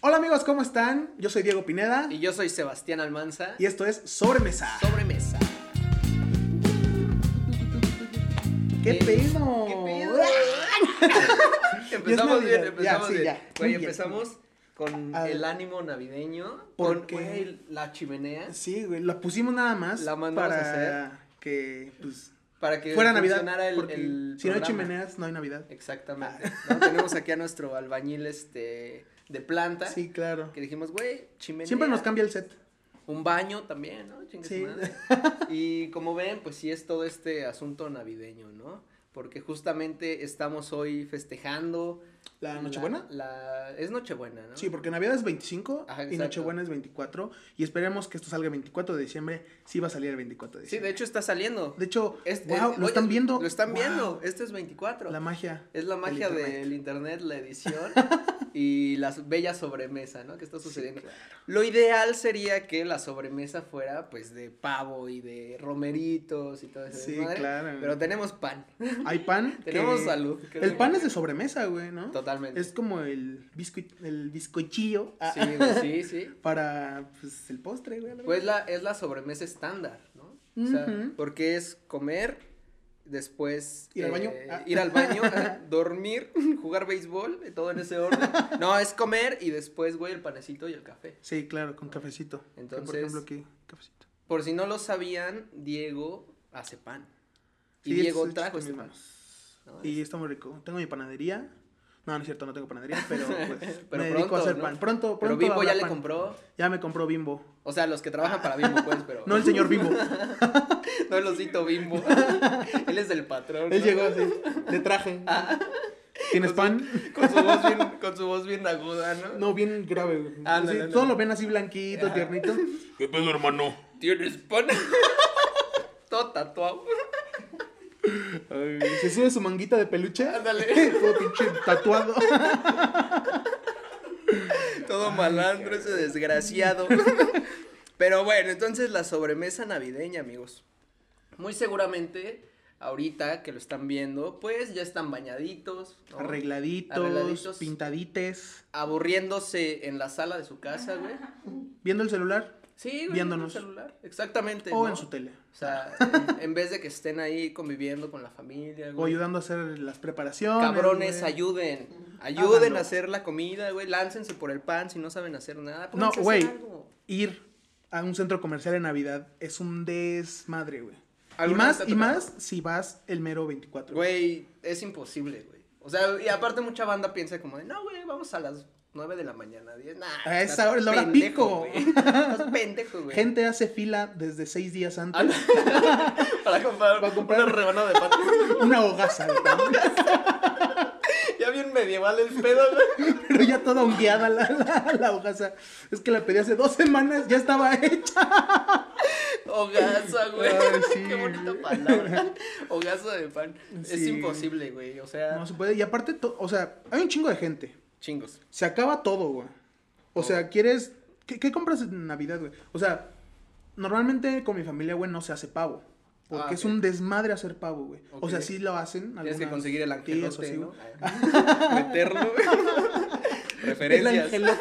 Hola amigos, ¿cómo están? Yo soy Diego Pineda. Y yo soy Sebastián Almanza. Y esto es Sobremesa. Sobremesa. ¿Qué pedo? ¿Qué pedo? Empezamos bien, empezamos bien. Güey, empezamos con el ánimo navideño. Con la chimenea. Sí, güey, la pusimos nada más. La mandamos a hacer. Que, pues... Para que fuera Navidad, el si no hay chimeneas, no hay Navidad. Exactamente. ¿No? Tenemos aquí a nuestro albañil de planta. Sí, claro. Que dijimos, güey, chimenea. Siempre nos cambia el set. Un baño también, ¿no? Chingue sí. su madre. Y como ven, pues sí es todo este asunto navideño, ¿no? Porque justamente estamos hoy festejando. ¿La Nochebuena? Es Nochebuena, ¿no? Sí, porque Navidad es 25. Ajá, y Nochebuena es 24. Y esperemos que esto salga el 24 de diciembre. Sí va a salir el 24 de Sí, diciembre. de hecho está saliendo. De hecho, ¿lo están viendo? Lo están viendo. Este es 24. La magia. Es la magia del internet, la edición y la bella sobremesa, ¿no? Que está sucediendo. Sí, claro. Lo ideal sería que la sobremesa fuera, pues, de pavo y de romeritos y todo eso. Sí, desmadre, claro. Pero tenemos pan. Hay pan. Tenemos salud. El pan es de sobremesa, güey, ¿no? Totalmente. Es como el bizcochillo. Sí, güey, sí. Para, pues, el postre, güey. Pues es la sobremesa estándar, ¿no? O sea, porque es comer, después ir al baño, dormir, jugar béisbol, todo en ese orden. No, es comer y después, güey, el panecito y el café. Sí, claro, con cafecito. Entonces, por ejemplo, aquí, cafecito. Por si no lo sabían, Diego hace pan. Y Sí, Diego trajo este pan. ¿No? Y está muy rico. Tengo mi panadería. No es cierto, no tengo panadería, pero pues pero me dedico a hacer ¿no? pan. Pronto. Pero Bimbo ya le pan. compró. Ya me compró Bimbo. O sea, los que trabajan para Bimbo, pues, pero. No el señor Bimbo. No el osito Bimbo. Él es el patrón. Él ¿no? llegó así, de traje. ¿Tienes pan? Con su voz bien aguda, ¿no? No, bien grave, güey. No. Todos lo ven así blanquito, tiernito. ¿Qué pedo, hermano? ¿Tienes pan? Todo tatuado. Ay, se sube su manguita de peluche. Ándale. Todo pinche tatuado. Todo malandro ese desgraciado. Pero bueno, entonces la sobremesa navideña, amigos. Muy seguramente, ahorita que lo están viendo, pues ya están bañaditos, ¿no? Arregladitos, pintadites. Aburriéndose en la sala de su casa, güey. Viendo el celular. Sí, güey, viéndonos. en el celular. Exactamente. O ¿no? en su tele. O sea, en vez de que estén ahí conviviendo con la familia, güey. O ayudando a hacer las preparaciones. Cabrones, güey. ayuden Háganlo. a hacer la comida, güey. Láncense por el pan si no saben hacer nada. No, Pónganse a güey. hacer algo. Ir a un centro comercial en Navidad es un desmadre, güey. Y ¿Alguna vez te ha más tocado? si vas el mero 24. Güey, es imposible, güey. O sea, y aparte mucha banda piensa como de, no, güey, vamos a las 9 de la mañana, 10. Nah, A esa hora es la hora pico. Güey. Estás pendejo, güey. Gente hace fila desde 6 días antes. Para comprar una rebanada de pan. Una hogaza, güey. Ya bien medieval el pedo, güey. Pero ya toda hongueada la hogaza. Es que la pedí hace 2 semanas, ya estaba hecha. Hogaza, güey. Ay, sí. Qué bonita palabra. Hogaza de pan. Sí. Es imposible, güey. O sea, No se puede. Y aparte, o sea, hay un chingo de gente. chingos. Se acaba todo, güey. O sea, ¿quieres...? ¿Qué compras en Navidad, güey? O sea, normalmente con mi familia, güey, no se hace pavo. Porque es un desmadre hacer pavo, güey. Ok. O sea, sí lo hacen. Tienes que conseguir el tías o angelote, así, ¿no? güey. Meterlo, güey. El Referencias. angelote.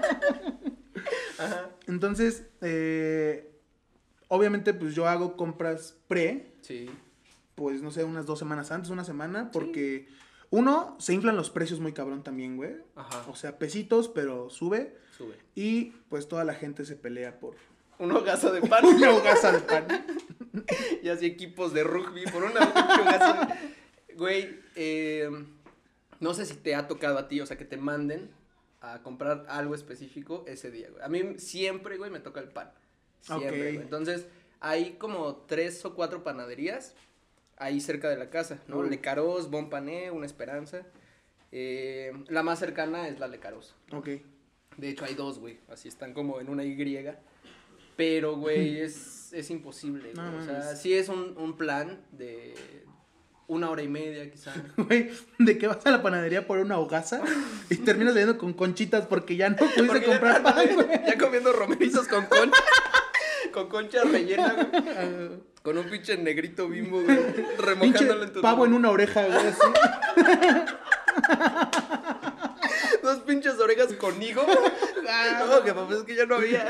Ajá. Entonces, obviamente, pues yo hago compras Sí. pues no sé, unas 2 semanas antes, una semana, porque uno, se inflan los precios muy cabrón también, güey. Ajá. O sea, pesitos, pero sube. Sube. Y pues toda la gente se pelea por Un hogazo de pan. una hogaza de pan. Y así equipos de rugby por una hogazo. Güey, no sé si te ha tocado a ti, o sea, que te manden a comprar algo específico ese día, güey. A mí siempre, güey, me toca el pan. Siempre, Ok. güey. Entonces, hay como 3 o 4 panaderías ahí cerca de la casa, ¿no? Le Caros, Bon Pané, Una Esperanza. La más cercana es la Le Caros. Ok. De hecho, hay 2, güey. Así están como en una Y. Pero, güey, es imposible, güey. No, O sea, mames. sí es un plan de 1 hora y media, quizá. Güey, de que vas a la panadería por una hogaza y terminas saliendo con conchitas porque ya no pudiste Porque comprar pan, güey. ya comiendo romerizos con concha. Con concha rellena, güey. Con un pinche negrito Bimbo, güey. Pinche Remojándolo en tu... pavo en una oreja, güey, así. Dos pinches orejas con higo. No, que papá, es que ya no había.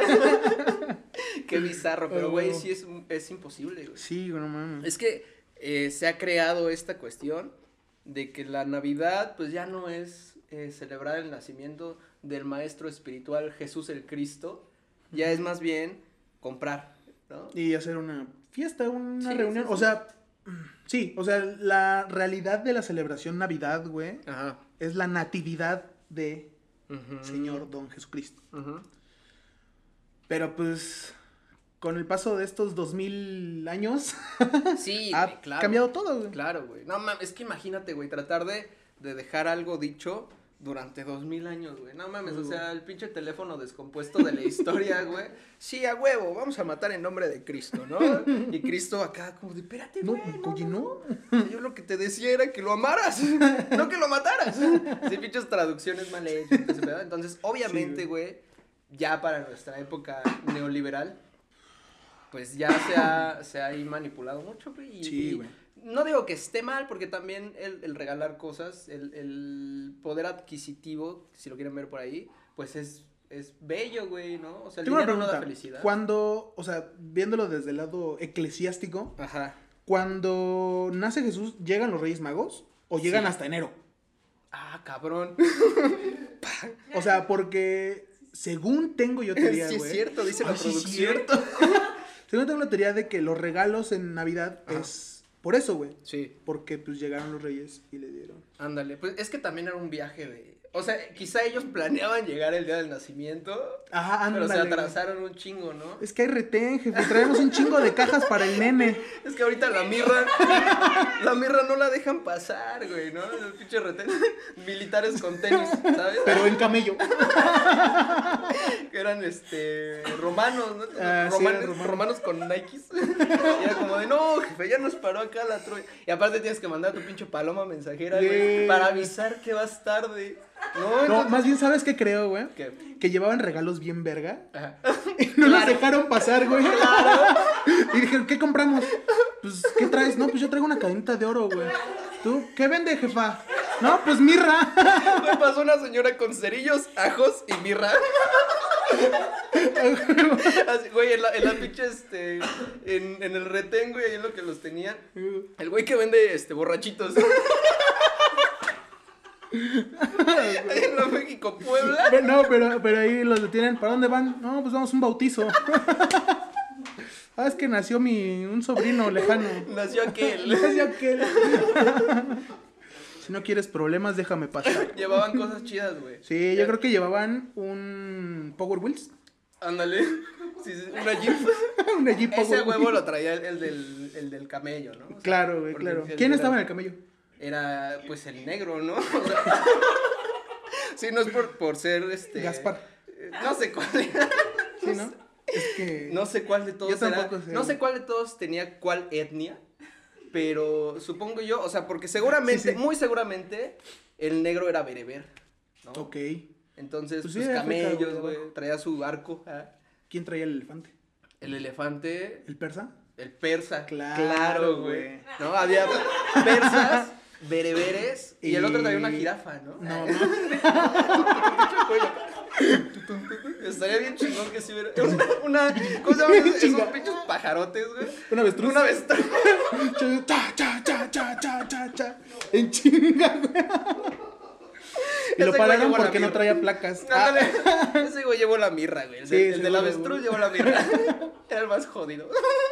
Qué bizarro, pero güey, sí es imposible, güey. Sí, no mames. Es que se ha creado esta cuestión de que la Navidad, pues ya no es celebrar el nacimiento del maestro espiritual Jesús el Cristo, ya es más bien comprar, ¿no? Y hacer una fiesta, una Sí, reunión, sí, o sea, sí, o sea, la realidad de la celebración Navidad, güey, Ajá. es la natividad de Ujú. Señor Don Jesucristo. Ujú. Pero pues, con el paso de estos 2000 años, Sí, ha güey, claro. cambiado todo, güey. Claro, güey. No mames, es que imagínate, güey, tratar de dejar algo dicho durante 2000 años, güey. No mames, o sea, el pinche teléfono descompuesto de la historia, güey. Sí, a huevo, vamos a matar en nombre de Cristo, ¿no? Y Cristo acá como de, espérate, No, güey. oye, no. O sea, yo lo que te decía era que lo amaras, no que lo mataras. Sí, pinches traducciones mal hechas, ese pedo. Entonces, obviamente, Sí, güey, ya para nuestra época neoliberal, pues ya se ha ahí manipulado mucho, güey. Sí, güey. No digo que esté mal, porque también el regalar cosas, el poder adquisitivo, si lo quieren ver por ahí, pues es bello, güey, ¿no? O sea, el Tengo una dinero no da pregunta. felicidad. Cuando, o sea, viéndolo desde el lado eclesiástico, Ajá. cuando nace Jesús, ¿llegan los Reyes Magos o llegan Sí. hasta enero? Ah, cabrón. O sea, porque según tengo yo teoría, Sí güey. es cierto, dice la Ay, sí es producción. cierto. Según tengo la teoría de que los regalos en Navidad Ajá. es por eso, güey. Sí, Porque pues llegaron los Reyes y le dieron. ándale. Pues es que también era un viaje de... O sea, quizá ellos planeaban llegar el día del nacimiento, Ajá, pero ándale. se atrasaron un chingo, ¿no? Es que hay retén, jefe. Traemos un chingo de cajas para el nene. Es que ahorita la mirra no la dejan pasar, güey, ¿no? Los pinches militares con tenis, ¿sabes? Pero en camello. Que eran, romanos, ¿no? Sí, eran romanos. Romanos con Nikes. Y era como de, no, jefe, ya nos paró acá la Troya. Y aparte tienes que mandar a tu pinche paloma mensajera, güey, Sí. para avisar que vas tarde. No, No, entonces... más bien, ¿sabes qué creo, güey? ¿Qué? Que llevaban regalos bien verga. Ajá. Y no los Claro. dejaron pasar, güey. Y dijeron, ¿qué compramos? Pues, ¿qué traes? No, pues yo traigo una cadenita de oro, güey. ¿Tú? ¿Qué vende, jefa? No, pues mirra. Me pasó una señora con cerillos, ajos y mirra. Así, güey, en la pinche, en el retén, güey, ahí en lo que los tenían. El güey que vende, borrachitos. Ahí en la México, Puebla. No, pero ahí los detienen. ¿Para dónde van? No, pues vamos a un bautizo. Ah, es que nació un sobrino lejano. Nació aquel. Nació aquel. Si no quieres problemas, déjame pasar. Llevaban cosas chidas, güey. Sí, yo creo que llevaban un Power Wheels. Ándale. Sí, sí, una Jeep. Una Jeep Power Ese huevo Wheels. lo traía el del camello, ¿no? O sea, Claro, güey, porque claro. el ¿Quién era- estaba en el camello? Era, pues, el negro, ¿no? O sea, sí, no es por ser, Gaspar. No sé cuál era. Sí, ¿no? Es que... No sé cuál de todos Yo tampoco era. sé. No sé cuál de todos tenía cuál etnia. Pero supongo yo, o sea, porque seguramente, Sí, sí. muy seguramente, el negro era bereber, ¿no? Ok. Entonces, Pues pues, sí, África, camellos, güey. güey, traía su arco. ¿Quién traía el elefante? El elefante, ¿El persa? el persa. Claro, güey. güey. ¿No? Había persas, bereberes, y el otro traía una Y- jirafa, ¿no? No, no. Estaría bien chingón que si hubiera una ¿cómo se llama? Esos Chinga. pinches pajarotes, güey. ¿Un avestruz? Una avestruz. Cha, cha, cha, cha, cha, cha, cha. En chinga, güey. Y lo Ese güey pararon llevó la porque no mirra. traía placas. Ah, Ándale. Ese güey llevó la mirra, güey. El, Sí, del seguro, avestruz güey. llevó la mirra. Era el más jodido.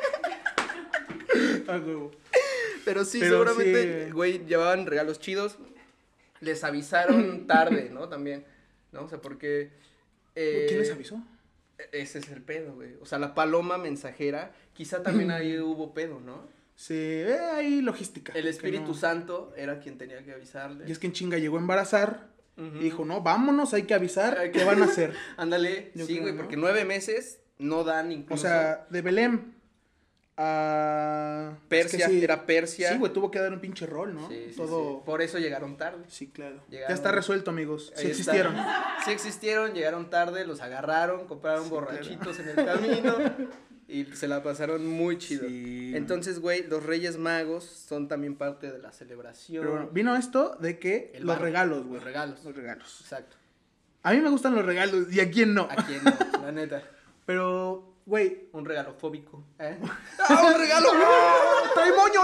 huevo. Pero sí, Pero seguramente, sí. güey, llevaban regalos chidos. Les avisaron tarde, ¿no? También, ¿no? O sea, porque... ¿Quién les avisó? Ese es el pedo, güey. O sea, la paloma mensajera, quizá también ahí hubo pedo, ¿no? Sí, hay logística. El que Espíritu no. Santo era quien tenía que avisarle. Y es que en chinga llegó a embarazar. Ujú. Y dijo, no, vámonos, hay que avisar. Hay ¿Qué que- van a hacer? Ándale, Yo sí, creo, güey, ¿no? porque 9 meses no dan O incluso. sea, de Belén a... Persia, es que sí. era Persia. Sí, güey, tuvo que dar un pinche rol, ¿no? Sí, sí, Todo... sí. Por eso llegaron tarde. Sí, claro. Llegaron- Ya está resuelto, amigos. Sí Ahí existieron. está. Sí existieron, llegaron tarde, los agarraron, compraron Sí, borrachitos en el camino y se la pasaron muy chido. Sí. Entonces, güey, los Reyes Magos son también parte de la celebración. Pero bueno, vino esto de que El los varo. regalos, güey. Los regalos. Los regalos. Exacto. A mí me gustan los regalos y a quién no. ¿A quién no? La neta. Pero, güey. Un regalo fóbico. ¡Ah, un regalo! ¡Trae moño,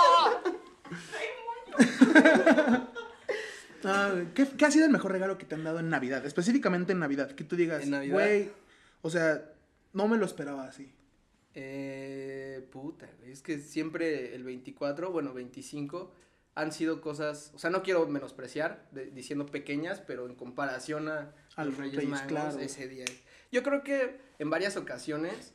no! ¿Qué ha sido el mejor regalo que te han dado en Navidad? Específicamente en Navidad. Que tú digas, güey, o sea, no me lo esperaba así. Puta, güey, es que siempre el 24, bueno, 25, han sido cosas, o sea, no quiero menospreciar, diciendo pequeñas, pero en comparación a los Reyes Magos, claro, ese día. Yo creo que en varias ocasiones,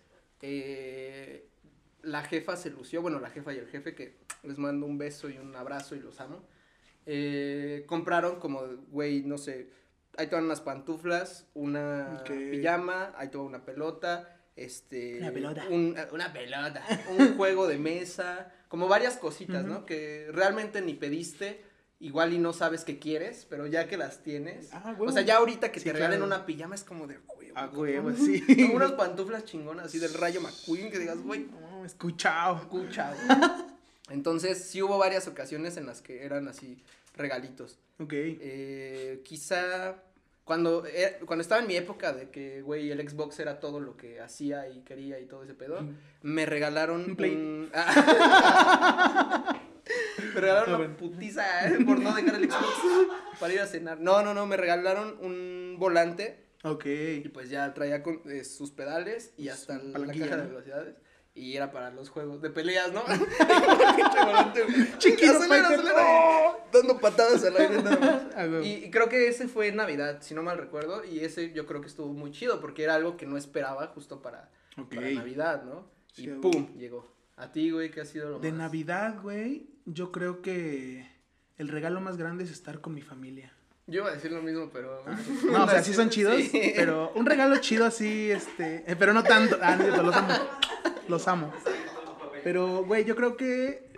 la jefa se lució, bueno, la jefa y el jefe, que les mando un beso y un abrazo y los amo, compraron como, güey, no sé, ahí te van unas pantuflas, una pijama, ahí te va una pelota, una pelota. Una pelota, un juego de mesa, como varias cositas, ¿no? Que realmente ni pediste, igual y no sabes qué quieres, pero ya que las tienes, o sea, ya ahorita que te regalen una pijama es como de huevo, sí. Como unas pantuflas chingonas así del Rayo McQueen que digas, güey, no, escuchado. Entonces, sí hubo varias ocasiones en las que eran así regalitos. Ok. Quizá cuando estaba en mi época de que, güey, el Xbox era todo lo que hacía y quería y todo ese pedo, me regalaron un Play. Me regalaron una putiza por no dejar el Xbox para ir a cenar. No, me regalaron un volante. Ok. Y pues ya traía con sus pedales y hasta la caja de velocidades. Y era para los juegos de peleas, ¿no? Chiquito, acelera. Dando patadas al aire nada más. Y creo que ese fue en Navidad, si no mal recuerdo. Y ese yo creo que estuvo muy chido porque era algo que no esperaba justo para Navidad, ¿no? Sí, y ¡pum! Llegó. A ti, güey, ¿qué ha sido lo de más? Navidad, güey, yo creo que el regalo más grande es estar con mi familia. Yo iba a decir lo mismo, pero... No, o sea, sí son chidos, sí. Pero un regalo chido así, pero no tanto. Los amo. Pero, güey, yo creo que...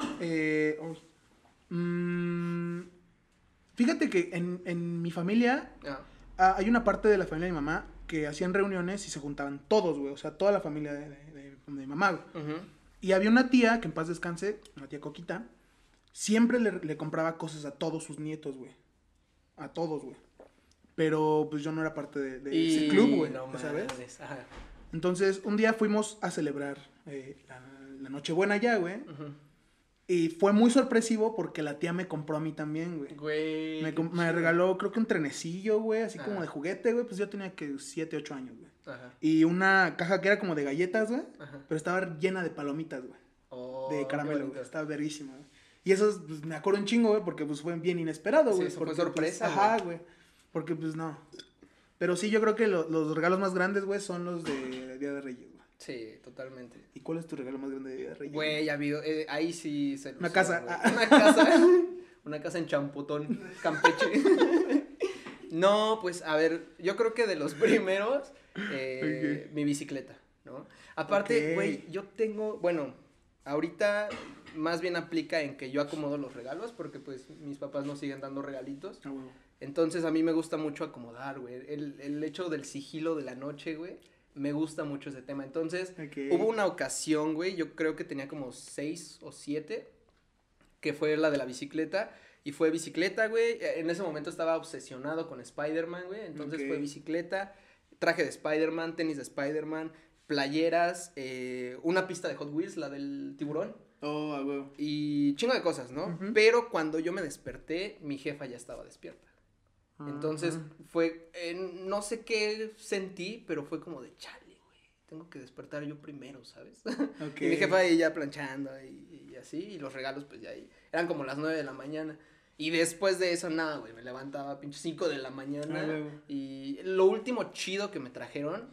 fíjate que en mi familia hay una parte de la familia de mi mamá que hacían reuniones y se juntaban todos, güey. O sea, toda la familia de mi mamá, güey. Uh-huh. Y había una tía, que en paz descanse, una tía Coquita, siempre le compraba cosas a todos sus nietos, güey. A todos, güey. Pero, pues, yo no era parte de ese club, güey, no, ¿sabes? Ajá. Entonces, un día fuimos a celebrar la Nochebuena ya, güey. Uh-huh. Y fue muy sorpresivo porque la tía me compró a mí también, güey. Me regaló, creo que un trenecillo, güey, así como de juguete, güey. Pues yo tenía que 7, 8 años, güey. Ajá. Y una caja que era como de galletas, güey. Pero estaba llena de palomitas, güey. Oh, de caramelo, güey. Estaba verguísima, güey. Y eso, pues, me acuerdo un chingo, güey, porque, pues, fue bien inesperado, güey. Sí, fue sorpresa, pues, ajá, güey. Porque, pues, no. Pero sí, yo creo que los regalos más grandes, güey, son los de Día de Reyes, güey. Sí, totalmente. ¿Y cuál es tu regalo más grande de Día de Reyes? Güey, ha habido, ahí sí se una casa. Una casa en Champotón, Campeche. No, pues, a ver, yo creo que de los primeros, mi bicicleta, ¿no? Aparte, güey, yo tengo, bueno, ahorita más bien aplica en que yo acomodo los regalos, porque, pues, mis papás nos siguen dando regalitos. Oh, wow. Entonces, a mí me gusta mucho acomodar, güey. El hecho del sigilo de la noche, güey, me gusta mucho ese tema. Entonces, hubo una ocasión, güey, yo creo que tenía como 6 o 7, que fue la de la bicicleta. Y fue bicicleta, güey. En ese momento estaba obsesionado con Spider-Man, güey. Entonces fue bicicleta, traje de Spider-Man, tenis de Spider-Man, playeras, una pista de Hot Wheels, la del tiburón. Oh, güey. Y chingo de cosas, ¿no? Uh-huh. Pero cuando yo me desperté, mi jefa ya estaba despierta. Entonces fue, no sé qué sentí, pero fue como de chale, güey, tengo que despertar yo primero, ¿sabes? Y mi jefa ahí ya planchando y así, y los regalos pues ya ahí, eran como las 9 de la mañana, y después de eso nada, güey, me levantaba pinche 5 de la mañana, y lo último chido que me trajeron,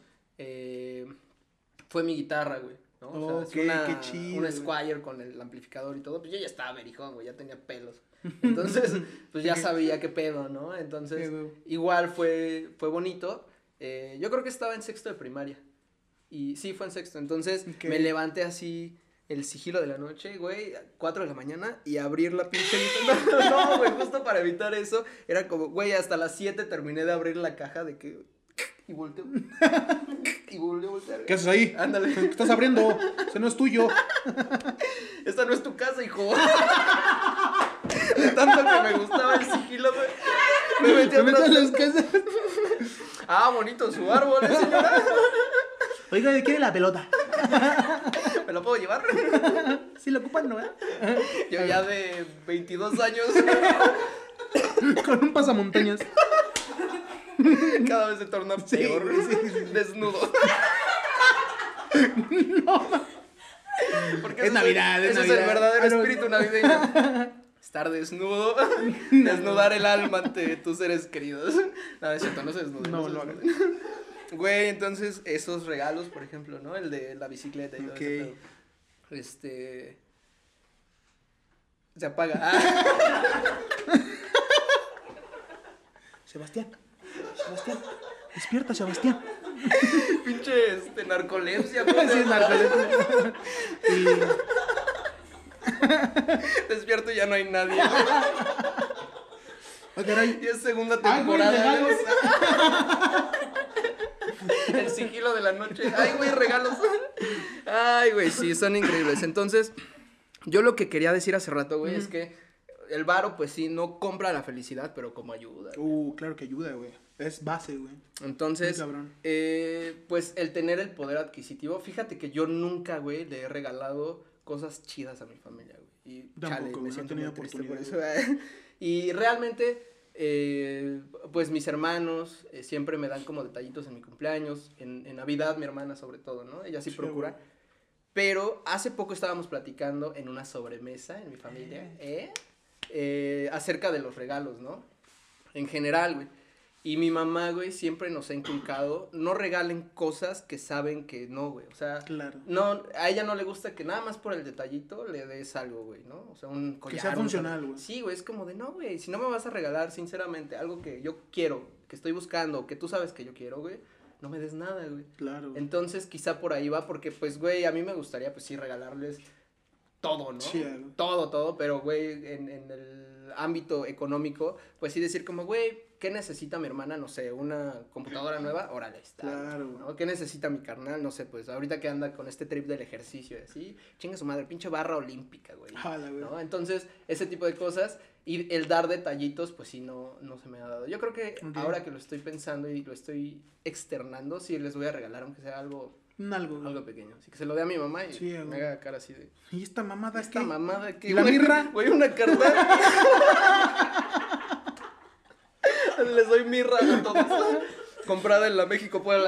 fue mi guitarra, güey. ¿no? O sea, qué chido, una Squire con el amplificador y todo, pues yo ya estaba berijón, güey, ya tenía pelos. Entonces, pues ya sabía qué pedo, ¿no? Entonces, igual fue bonito. Yo creo que estaba en sexto de primaria. Y sí, fue en sexto. Entonces, me levanté así, el sigilo de la noche, güey, 4 de la mañana, y abrir la pinche... No, güey, justo para evitar eso, era como, güey, hasta las 7 terminé de abrir la caja de que... Y volteo. Y volví a voltear. ¿Qué haces ahí? Ándale. ¿Qué estás abriendo? Ese no es tuyo. Esta no es tu casa, hijo. De tanto que me gustaba el sigilo, güey. Me metí atrás. Ah, bonito su árbol, señora. Oiga, ¿de quién es la pelota? ¿Me lo puedo llevar? Sí, lo ocupan, ¿no? Yo ya de 22 años. Con un pasamontañas. Cada vez se torna peor. Sí. Desnudo. No. Porque es Navidad, es el verdadero espíritu navideño. Estar desnudo, desnudar el alma ante tus seres queridos. No, es cierto, no se desnuden. No, lo hagan. Güey, entonces, esos regalos, por ejemplo, ¿no? El de la bicicleta y todo Okay. eso. Se apaga. Ah. Sebastián, despierta, Sebastián. Pinche, narcolepsia, güey. Sí, es narcolepsia. Despierto y ya no hay nadie. Oh, caray. Y es segunda temporada. Ay, güey, El sigilo de la noche. Ay, güey, regalos. Ay, güey, sí, son increíbles. Entonces, yo lo que quería decir hace rato, güey, es que el varo, pues sí, no compra la felicidad, pero como ayuda. Claro que ayuda, güey. Es base, güey. Entonces, pues el tener el poder adquisitivo, fíjate que yo nunca, güey, le he regalado cosas chidas a mi familia, güey. Y tampoco, chale, me siento muy triste por eso. Y realmente, pues mis hermanos siempre me dan como detallitos en mi cumpleaños, en Navidad mi hermana sobre todo, ¿no? Ella sí procura. Güey. Pero hace poco estábamos platicando en una sobremesa en mi familia, acerca de los regalos, ¿no? En general, güey. Y mi mamá, güey, siempre nos ha inculcado, no regalen cosas que saben que no, güey, o sea, claro. No, a ella no le gusta que nada más por el detallito le des algo, güey, ¿no? O sea, un collar. Que sea funcional, güey. Sí, güey, es como de, no, güey, si no me vas a regalar, sinceramente, algo que yo quiero, que estoy buscando, que tú sabes que yo quiero, güey, no me des nada, güey. Claro. Güey. Entonces, quizá por ahí va, porque, pues, güey, a mí me gustaría, pues, sí, regalarles todo, ¿no? Sí, todo, pero, güey, en el ámbito económico, pues sí decir como, güey, ¿qué necesita mi hermana? No sé, una computadora nueva, órale, está. Claro. ¿No? ¿Qué necesita mi carnal? No sé, pues ahorita que anda con este trip del ejercicio y así, chinga su madre, pinche barra olímpica, güey. Jala, güey. ¿No? Entonces, ese tipo de cosas y el dar detallitos, pues sí, no se me ha dado. Yo creo que ahora que lo estoy pensando y lo estoy externando, sí les voy a regalar, aunque sea algo pequeño. Así que se lo dé a mi mamá y me haga cara así de. ¿Y esta mamada qué? ¿Esta mamada qué? ¿Y la mirra? Güey, una carta. Les doy mirra a todos. Comprada en la México Puebla.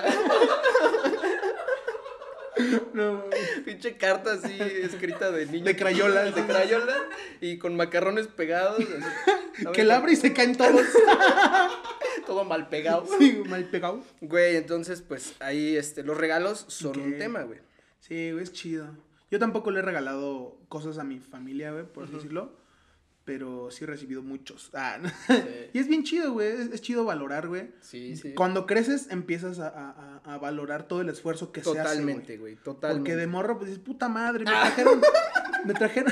No. Pinche carta así escrita de niño. De crayola. De crayola y con macarrones pegados. Así. Que la abre y se caen todos. Todo mal pegado. Sí, mal pegado. Güey, entonces, pues, ahí, los regalos son un tema, güey. Sí, güey, es chido. Yo tampoco le he regalado cosas a mi familia, güey, por así decirlo. Pero sí he recibido muchos. Sí. Y es bien chido, güey. Es chido valorar, güey. Sí. Cuando creces, empiezas a valorar todo el esfuerzo que se hace. Totalmente, güey. Totalmente. Porque de morro, pues dices, puta madre, me trajeron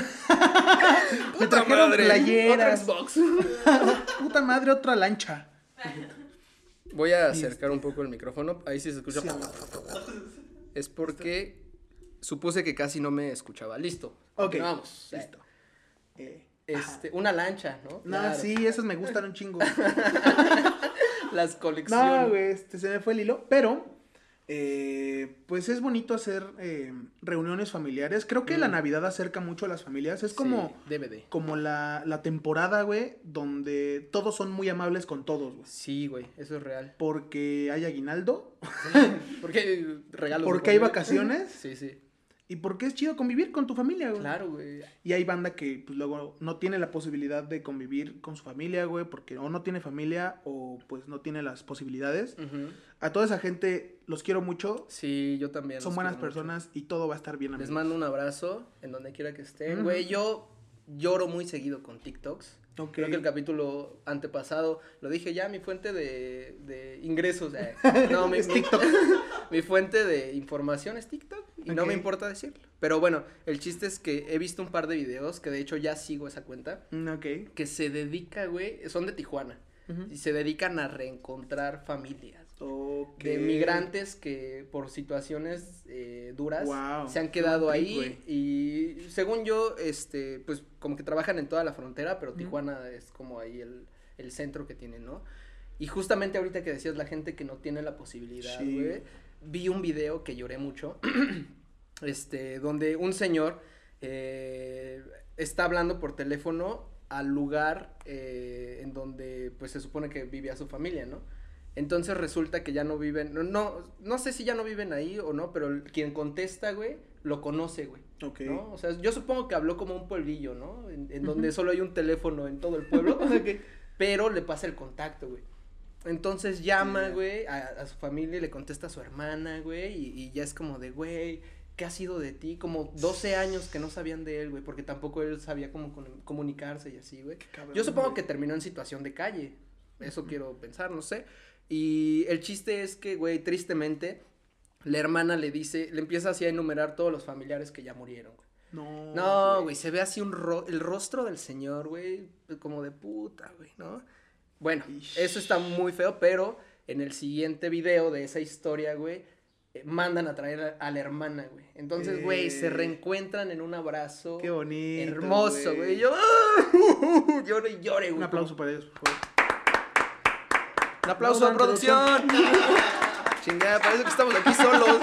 playeras. Otro Xbox. Puta madre, otra lancha. Voy a acercar un poco el micrófono. Ahí sí se escucha. Sí, es porque supuse que casi no me escuchaba. Listo. Ok. Vamos. Listo. Una lancha, ¿no? No, claro. Sí, esas me gustan un chingo. Las colecciones. No, güey, se me fue el hilo, pero pues es bonito hacer reuniones familiares. Creo que la Navidad acerca mucho a las familias. Es como, como la temporada, güey, donde todos son muy amables con todos, güey. Sí, güey, eso es real. Porque hay aguinaldo. Porque hay regalos. Porque hay vacaciones. Sí. Y porque es chido convivir con tu familia, güey. Claro, güey. Y hay banda que, pues, luego no tiene la posibilidad de convivir con su familia, güey, porque o no tiene familia o, pues, no tiene las posibilidades. A toda esa gente los quiero mucho. Sí, yo también. Son buenas personas y todo va a estar bien, amigos. Les mando un abrazo en donde quiera que estén. Güey, yo lloro muy seguido con TikToks. Okay. Creo que el capítulo antepasado lo dije ya, mi fuente de ingresos. No, es TikTok. Mi fuente de información es TikTok y no me importa decirlo. Pero bueno, el chiste es que he visto un par de videos que de hecho ya sigo esa cuenta. Que se dedica, güey, son de Tijuana. Y se dedican a reencontrar familias. De migrantes que por situaciones duras se han quedado ahí y según yo, pues como que trabajan en toda la frontera, pero Tijuana es como ahí el centro que tienen, ¿no? Y justamente ahorita que decías la gente que no tiene la posibilidad, güey, vi un video que lloré mucho, donde un señor está hablando por teléfono al lugar en donde pues se supone que vivía su familia, ¿no? Entonces resulta que ya no viven, no sé si ya no viven ahí o no, pero quien contesta, güey, lo conoce, güey. Ok. ¿No? O sea, yo supongo que habló como un pueblillo, ¿no? En donde solo hay un teléfono en todo el pueblo, okay. Pero le pasa el contacto, güey. Entonces llama, güey, a su familia y le contesta a su hermana, güey, y ya es como de, güey, ¿qué ha sido de ti? Como 12 años que no sabían de él, güey, porque tampoco él sabía cómo comunicarse y así, güey. Yo supongo que terminó en situación de calle, eso quiero pensar, no sé. Y el chiste es que, güey, tristemente, la hermana le empieza así a enumerar todos los familiares que ya murieron, güey. No, güey, se ve así el rostro del señor, güey, como de puta, güey, ¿no? Bueno, eso está muy feo, pero en el siguiente video de esa historia, güey, mandan a traer a la hermana, güey. Entonces, güey, se reencuentran en un abrazo. Qué bonito. Hermoso, güey. Yo lloro y lloré, güey. Un aplauso para ellos, por favor. Un aplauso a producción. Chingada, parece que estamos aquí solos.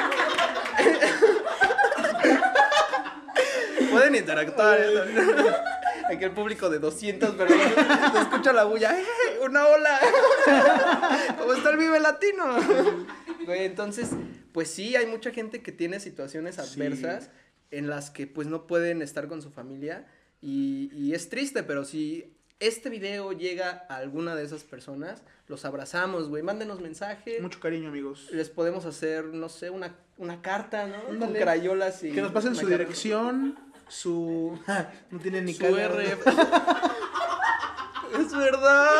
Pueden interactuar. Aquí el público de 200 personas se escucha la bulla. ¡Una ola! ¿Cómo está el Vive Latino? Güey, entonces, pues sí, hay mucha gente que tiene situaciones adversas en las que pues no pueden estar con su familia y es triste, pero si este video llega a alguna de esas personas, los abrazamos, güey, mándenos mensaje. Mucho cariño, amigos. Les podemos hacer, no sé, una carta, ¿no? Con crayolas y... Que nos pasen su dirección, no tienen ni su R. Es verdad.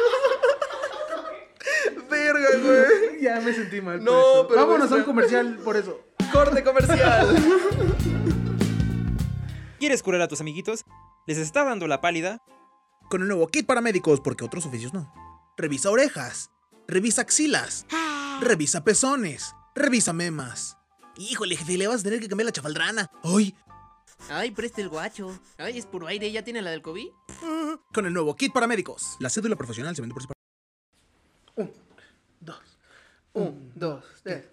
Verga, güey. Ya me sentí mal. No, por eso. pero vámonos a un comercial por eso. Corte comercial. ¿Quieres curar a tus amiguitos? ¿Les está dando la pálida? Con el nuevo kit para médicos, porque otros oficios no. Revisa orejas, revisa axilas, revisa pezones, revisa memas. Híjole, jefe, le vas a tener que cambiar la chafaldrana. ¡Ay! Ay, preste el guacho. Ay, es puro aire, ¿ya tiene la del COVID? Con el nuevo kit para médicos. La cédula profesional se vende por separado. 1, 2, 3.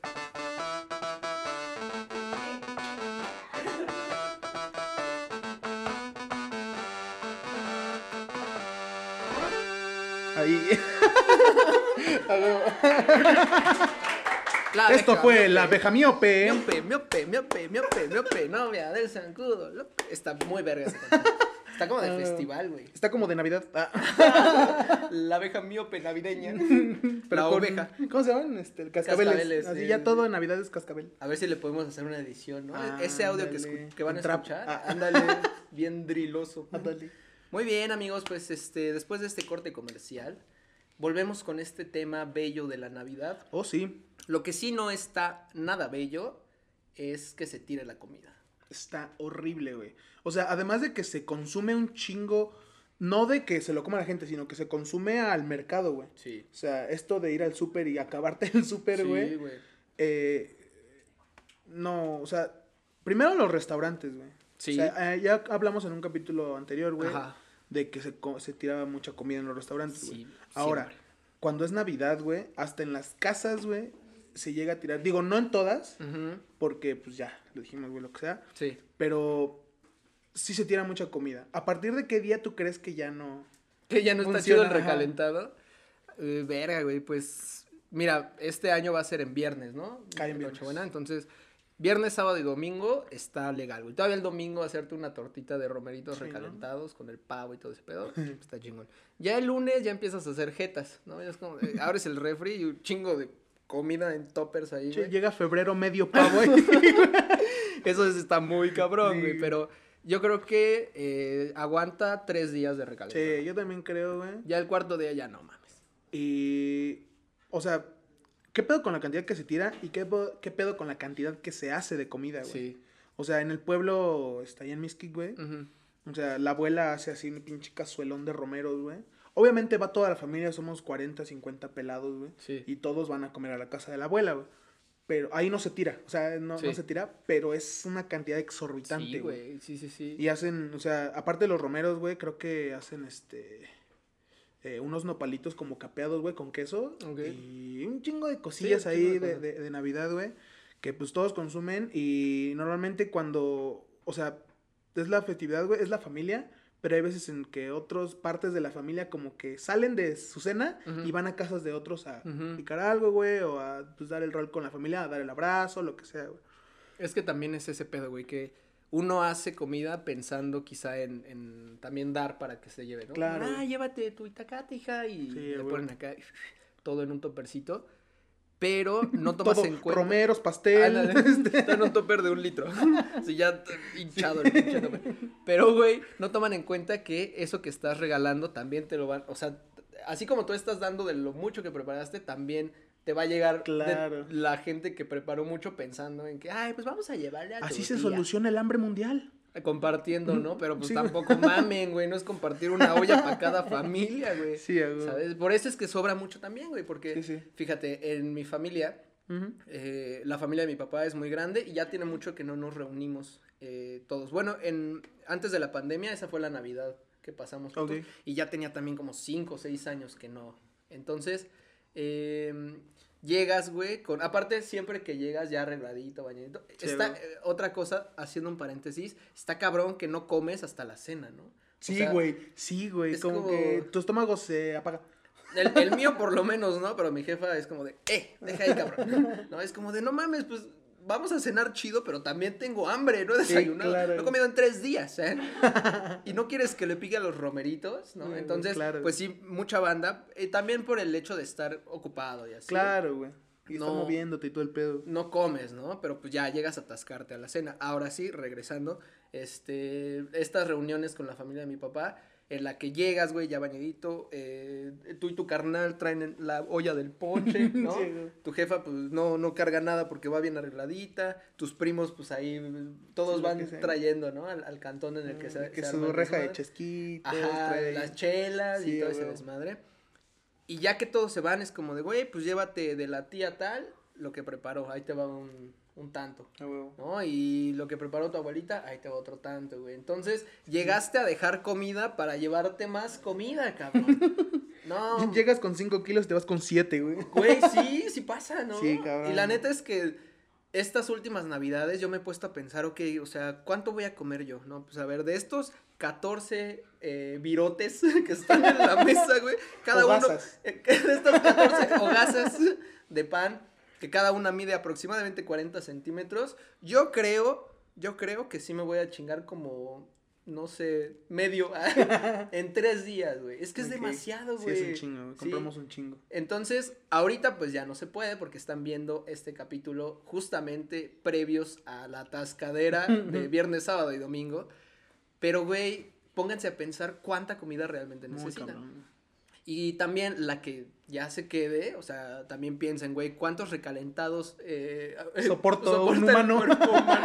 Ahí. Esto fue la abeja miope. Miope, novia del zancudo. Está muy verga esa canción. Está como de festival, güey. Está como de Navidad. La abeja miope navideña. Pero la con, oveja. ¿Cómo se llaman? Cascabeles. Cascabeles, así ya todo en Navidad es cascabel. A ver si le podemos hacer una edición, ¿no? Ah, ese audio ándale. que van a Trap. escuchar. Ándale, bien driloso. Ándale. Muy bien, amigos, pues después de este corte comercial, volvemos con este tema bello de la Navidad. Oh, sí. Lo que sí no está nada bello es que se tire la comida. Está horrible, güey. O sea, además de que se consume un chingo, no de que se lo coma la gente, sino que se consume al mercado, güey. Sí. O sea, esto de ir al súper y acabarte el súper, güey. Sí, güey. No, o sea, primero los restaurantes, güey. Sí. O sea, ya hablamos en un capítulo anterior, güey, Ajá. de que se tiraba mucha comida en los restaurantes, güey. Sí, Ahora, siempre. cuando es Navidad, güey, hasta en las casas, güey, se llega a tirar. Digo, no en todas, porque pues ya, lo dijimos, güey, lo que sea. Sí. Pero sí se tira mucha comida. ¿A partir de qué día tú crees que ya no? Que ya no está funciona? chido el recalentado. Verga, güey, pues mira, este año va a ser en viernes, ¿no? Cae en viernes. Nochebuena, entonces viernes, sábado y domingo está legal, güey. Todavía el domingo hacerte una tortita de romeritos Sí, recalentados con el pavo y todo ese pedo, está chingón. Ya el lunes ya empiezas a hacer jetas, ¿no? Ya es como, abres el refri y un chingo de comida en toppers ahí, Che, güey. llega febrero medio pavo, güey. Eso está muy cabrón, Sí. güey, pero yo creo que aguanta 3 días de recalentado. Sí, yo también creo, güey. Ya el cuarto día ya no mames. Y, o sea, ¿qué pedo con la cantidad que se tira y qué pedo con la cantidad que se hace de comida, güey? Sí. O sea, en el pueblo, está ahí en Mixquic, güey. Ujú. O sea, la abuela hace así un pinche cazuelón de romeros, güey. Obviamente va toda la familia, somos 40, 50 pelados, güey. Sí. Y todos van a comer a la casa de la abuela, güey. Pero ahí no se tira, o sea, no se tira, pero es una cantidad exorbitante, Sí, güey. güey, sí. Y hacen, o sea, aparte de los romeros, güey, creo que hacen unos nopalitos como capeados, güey, con queso. Okay. Y un chingo de cosillas sí, ahí de Navidad, güey, que pues todos consumen. Y normalmente cuando, o sea, es la festividad, güey, es la familia, pero hay veces en que otras partes de la familia como que salen de su cena y van a casas de otros a picar algo, güey, o a pues dar el rol con la familia, a dar el abrazo, lo que sea, güey. Es que también es ese pedo, güey, que uno hace comida pensando quizá en también dar para que se lleve, ¿no? Claro. Llévate tu itacate, hija, y Sí, le güey. ponen acá todo en un topercito, pero no tomas Todo, en cuenta. romeros, pastel. Está en un topper de 1 litro. Sí, ya hinchado el pinche topper. Pero, güey, no toman en cuenta que eso que estás regalando también te lo van, o sea, así como tú estás dando de lo mucho que preparaste, también te va a llegar Claro. de la gente que preparó mucho pensando en que, ay, pues vamos a llevarle a tu Así se tía. soluciona el hambre mundial. Compartiendo, ¿no? Pero pues Sí, tampoco mamen, güey, no es compartir una olla para cada familia, güey. Sí, güey. ¿Sabes? Por eso es que sobra mucho también, güey, porque, Sí. fíjate, en mi familia, la familia de mi papá es muy grande y ya tiene mucho que no nos reunimos todos. Bueno, antes de la pandemia, esa fue la Navidad que pasamos juntos, Ok. y ya tenía también como 5 o 6 años que no. Entonces, llegas, güey, aparte siempre que llegas ya arregladito, bañadito, Sí, está, güey. otra cosa, haciendo un paréntesis, está cabrón que no comes hasta la cena, ¿no? Sí, O sea, güey. Sí, güey. es Como que tu estómago se apaga. el mío por lo menos, ¿no? Pero mi jefa es como de, deja ahí, cabrón. No, es como de, no mames, pues vamos a cenar chido, pero también tengo hambre, no he desayunado, claro. no he comido en 3 días, ¿eh? Y no quieres que le pique a los romeritos, ¿no? Entonces, claro. pues sí, mucha banda, también por el hecho de estar ocupado y así. Claro, güey. Y está No. moviéndote y todo el pedo. No comes, ¿no? Pero pues ya llegas a atascarte a la cena. Ahora sí, regresando, estas reuniones con la familia de mi papá, en la que llegas, güey, ya bañadito, tú y tu carnal traen la olla del ponche, ¿no? Sí, güey. Tu jefa, pues, no carga nada porque va bien arregladita, tus primos, pues, ahí, todos Sí, lo van que sea. trayendo, ¿no? Al cantón en el que se Que se su arma el reja de desmadre. chesquitos. Ajá, trae- las chelas Sí, y todo a ese huevo. desmadre. Y ya que todos se van, es como de, güey, pues llévate de la tía tal lo que preparó, ahí te va un tanto, A huevo. ¿no? Y lo que preparó tu abuelita, ahí te va otro tanto, güey. Entonces, llegaste a dejar comida para llevarte más comida, cabrón. No, Llegas con 5 kilos y te vas con 7, güey. güey, sí pasa, ¿no? Sí, cabrón. Y la neta es que estas últimas navidades yo me he puesto a pensar, ok, o sea, ¿cuánto voy a comer yo? No, pues a ver, de estos 14 virotes que están en la mesa, güey, cada Hogazas. uno, de estas 14 hogazas de pan, que cada una mide aproximadamente 40 centímetros, yo creo que sí me voy a chingar como, no sé, medio en 3 días, güey. Es que es Ok. demasiado, Sí, güey. es un chingo, güey. Sí. Compramos un chingo. Entonces, ahorita pues ya no se puede porque están viendo este capítulo justamente previos a la atascadera de viernes, sábado y domingo. Pero, güey, pónganse a pensar cuánta comida realmente Muy necesitan. cabrón. Y también la que ya se quede, o sea, también piensen, güey, cuántos recalentados Soporta un el humano. cuerpo humano.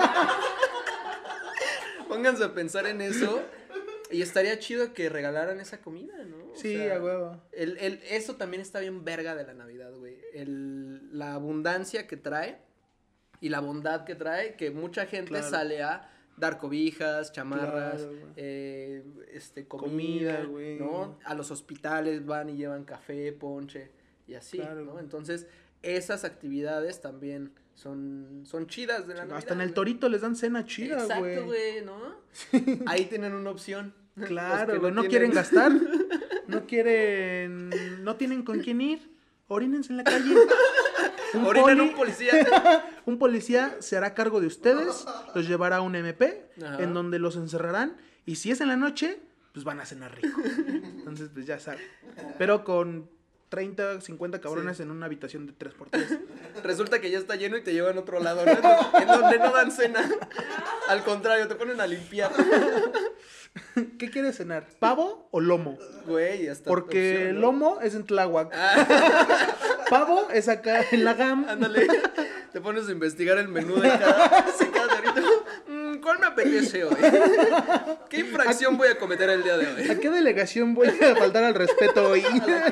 Pónganse a pensar en eso. Y estaría chido que regalaran esa comida, ¿no? O Sí, sea, a huevo. eso también está bien verga de la Navidad, güey. La abundancia que trae y la bondad que trae, que mucha gente Claro. sale a dar cobijas, chamarras, Claro, güey. comida, Comida, güey. ¿no? A los hospitales van y llevan café, ponche y así, Claro. ¿no? Entonces, esas actividades también son chidas de la Navidad. Hasta en el güey. Torito les dan cena chida, güey. Exacto, güey, ¿no? Ahí tienen una opción. Los Claro, que güey. No tienen- quieren gastar. No tienen con quién ir. Orínense en la calle. Orinan poli- un policía. Un policía se hará cargo de ustedes, los llevará a un MP, Ajá. en donde los encerrarán, y si es en la noche, pues van a cenar rico. Entonces, pues ya saben. Pero con 30, 50 cabrones en una habitación de 3x3. Resulta que ya está lleno y te llevan a otro lado, ¿no? En donde no dan cena. Al contrario, te ponen a limpiar. ¿Qué quieres cenar? ¿Pavo o lomo? Güey, hasta Porque opción, ¿no? lomo es en Tláhuac. Ah, Pavo es acá en la GAM. ándale. Te pones a investigar el menú de cada señorito. ¿Cuál me apetece hoy? ¿Qué infracción voy a cometer el día de hoy? ¿A qué delegación voy a faltar al respeto hoy?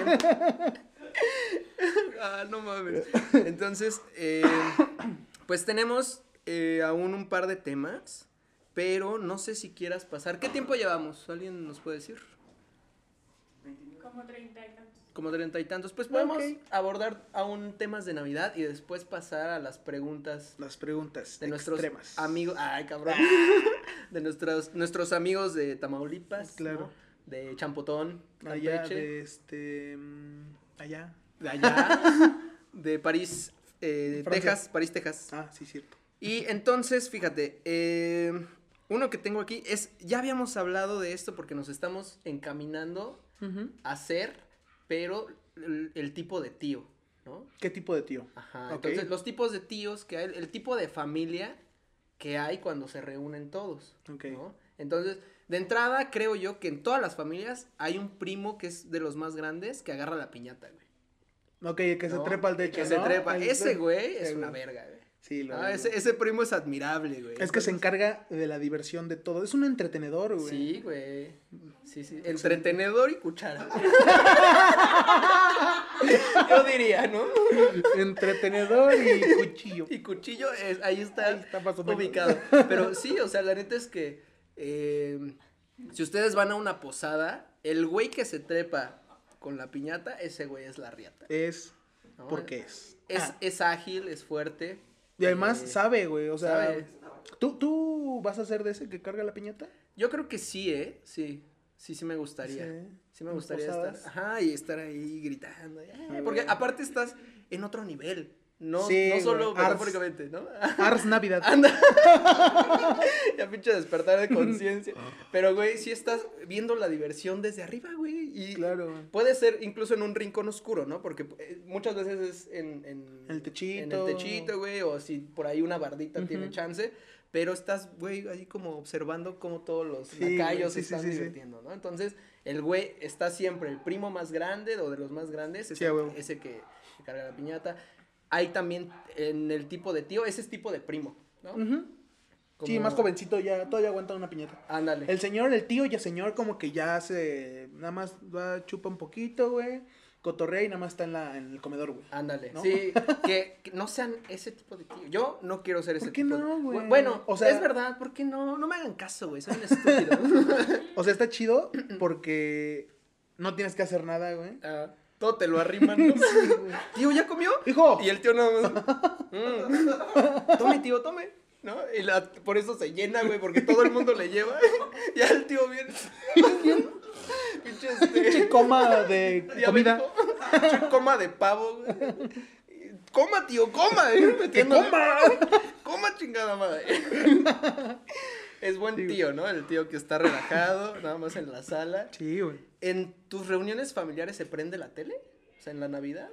Ah, no mames. Entonces, pues tenemos aún un par de temas, pero no sé si quieras pasar. ¿Qué tiempo llevamos? ¿Alguien nos puede decir? Como 30 y tantos. Como 30 y tantos. Pues podemos Ok. abordar aún temas de Navidad y después pasar a las preguntas Las preguntas de nuestros extremas. amigos. Ay, cabrón. De nuestros amigos de Tamaulipas. Claro. ¿no? De Champotón, Allá Campeche, de allá. de allá, de París, Francia. París, Texas. Ah, sí, cierto. Y entonces, fíjate, uno que tengo aquí es, ya habíamos hablado de esto porque nos estamos encaminando a ser, pero el tipo de tío, ¿no? ¿Qué tipo de tío? Ajá, Ok. entonces los tipos de tíos que hay, el tipo de familia que hay cuando se reúnen todos, Ok. ¿no? Entonces, de entrada, creo yo que en todas las familias hay un primo que es de los más grandes que agarra la piñata, güey. Ok, el que se ¿no? trepa al techo, Que se ¿no? trepa. El- Ese güey es el- una verga, güey. Sí, lo Ah, es. ese primo es admirable, güey. Es que se Entonces, encarga de la diversión de todo. Es un entretenedor, güey. Sí, güey. Sí, sí. Entretenedor y cuchara. Yo diría, ¿no? Entretenedor y cuchillo. Y cuchillo, ahí está más o menos. ubicado. Pero sí, o sea, la neta es que si ustedes van a una posada, el güey que se trepa con la piñata, ese güey es la riata. Es ¿no? porque es. Es ágil, es fuerte. Y además eh, sabe, güey. O sea, sabe. ¿tú vas a ser de ese que carga la piñata? Yo creo que sí, Sí. Sí me gustaría. Sí. Sí me ¿En gustaría posadas? estar. Ajá, y estar ahí gritando. Ah, porque bueno. aparte estás en otro nivel. No, Sí, no solo güey. metafóricamente, ¿no? Ars Navidad. Anda. Ya pinche despertar de conciencia. Pero, güey, sí estás viendo la diversión desde arriba, güey. Y Claro. puede ser incluso en un rincón oscuro, ¿no? Porque muchas veces es en El techito. En el techito, güey. O si por ahí una bardita tiene chance. Pero estás, güey, ahí como observando cómo todos los Sí, lacayos güey, sí, se están sí, sí, sí. divirtiendo, ¿no? Entonces, el güey está siempre el primo más grande o de los más grandes. Sí, a huevo. Ese que carga la piñata. Hay también en el tipo de tío, ese es tipo de primo, ¿no? Ujú. Sí, Como- más jovencito ya, todavía aguanta una piñata. Ándale. El señor, el tío y el señor como que ya se, nada más va, chupa un poquito, güey, cotorrea y nada más está en el comedor, güey. Ándale. ¿no? Sí, que no sean ese tipo de tío. Yo no quiero ser ese ¿Por qué tipo no, de... güey? Bueno, O sea- es verdad, ¿por qué no? No me hagan caso, güey, soy un estúpido. O sea, está chido porque no tienes que hacer nada, güey. Ah, todo te lo arriman, ¿no? Tío, ¿ya comió? Hijo. Y el tío nada más. Tome, tío, tome. ¿No? Y por eso se llena, güey, porque todo el mundo le lleva. Ya el tío viene. Pinche Pinche coma de comida. diabético. Pinche coma de pavo, güey. Coma, tío, coma, ¡Que coma! Coma, chingada madre. Es buen tío, ¿no? El tío que está relajado, nada más en la sala. Sí, güey. ¿En tus reuniones familiares se prende la tele? O sea, en la Navidad.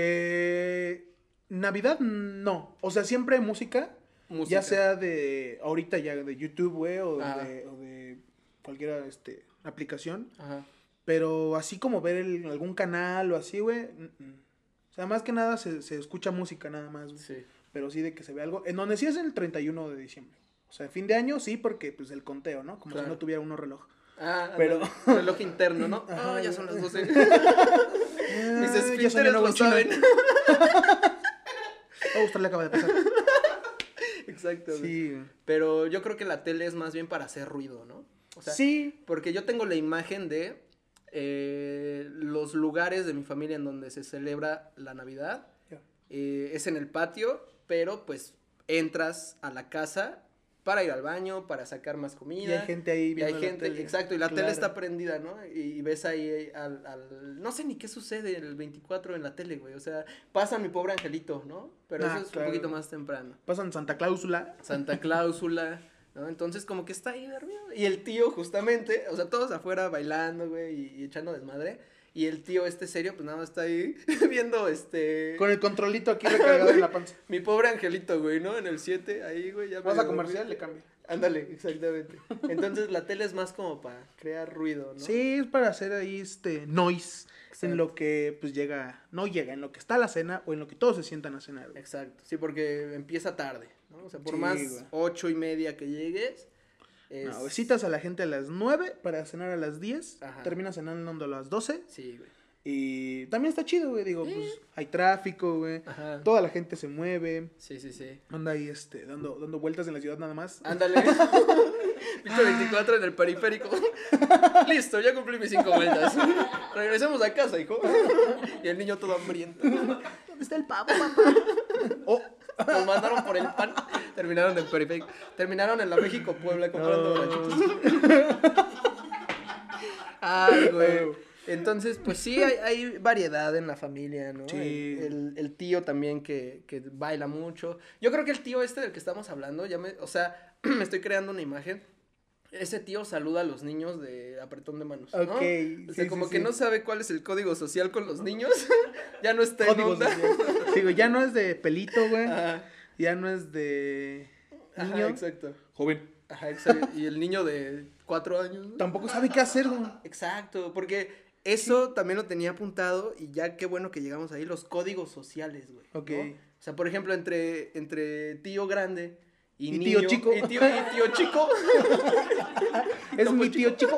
Navidad no. O sea, siempre hay música. Música. Ya sea de, ahorita ya de YouTube, güey, o Ajá. o de cualquier aplicación. Ajá. Pero así como ver algún canal o así, güey. O sea, más que nada se escucha música nada más, güey. Sí. Pero sí de que se ve algo. En donde sí es el 31 de diciembre. O sea, fin de año sí, porque pues el conteo, ¿no? Como Claro. si no tuviera uno reloj. Ah, Pero- pero reloj interno, ¿no? Ajá, Ah, ya güey. son las 12. Mis Ya soy esfínteres nuevo lo en China. saben. Oh, usted le acaba de pasar. Exacto. güey. Sí. Pero yo creo que la tele es más bien para hacer ruido, ¿no? O sea, Sí. porque yo tengo la imagen de los lugares de mi familia en donde se celebra la Navidad. Ya. Es en el patio, pero pues entras a la casa para ir al baño, para sacar más comida. Y hay gente ahí Y hay viendo la gente, tele. exacto, y la tele Claro. está prendida, ¿no? Y ves ahí no sé ni qué sucede el 24 en la tele, güey, o sea, pasa mi pobre angelito, ¿no? Pero Ah, eso es claro. un poquito más temprano. Pasan Santa Cláusula. Santa Cláusula, ¿no? Entonces como que está ahí dormido. Y el tío justamente, o sea, todos afuera bailando, güey, y echando desmadre. Y el tío serio, pues nada más está ahí viendo Con el controlito aquí recargado en la panza. mi pobre angelito, güey, ¿no? En el 7, ahí, güey, ya Vas medio a comercial, dormido. le cambia. Ándale, exactamente. Entonces la tele es más como para crear ruido, ¿no? Sí, es para hacer ahí noise. Exacto. En lo que pues no llega, en lo que está la cena o en lo que todos se sientan a cenar. güey. Exacto, sí, porque empieza tarde, ¿no? O sea, por Sí, más güey. 8:30 que llegues, No, güey, citas a la gente a las 9 para cenar a las 10. Ajá. Terminas cenando a las 12. Sí, güey. Y también está chido, güey. Digo, pues hay tráfico, güey. Ajá. Toda la gente se mueve. Sí. Anda ahí, dando vueltas en la ciudad nada más. Ándale. Pinche 24 en el periférico. Listo, ya cumplí mis 5 vueltas. Regresemos a casa, hijo. Y el niño todo hambriento. ¿Dónde está el pavo, papá? Oh. Nos mandaron por el pan. Terminaron en el periférico. Terminaron en la México Puebla comprando brachitos. Ay, güey. Entonces, pues sí, hay variedad en la familia, ¿no? Sí. El tío también que baila mucho. Yo creo que el tío del que estamos hablando, o sea, me estoy creando una imagen. Ese tío saluda a los niños de apretón de manos, ¿no? Ok, O sea, sí, como sí, que sí. no sabe cuál es el código social con los niños. Ya no está en Códigos onda. Digo, ya no es de pelito, güey. Ajá. Ya no es de niño. Ajá, exacto. Joven. Ajá, exacto. Y el niño de 4 años, ¿no? Tampoco sabe qué hacer, güey. Exacto, porque eso también lo tenía apuntado y ya qué bueno que llegamos ahí, los códigos sociales, güey. Ok. ¿no? O sea, por ejemplo, entre tío grande y tío niño, chico. Y tío chico. Es mi tío chico.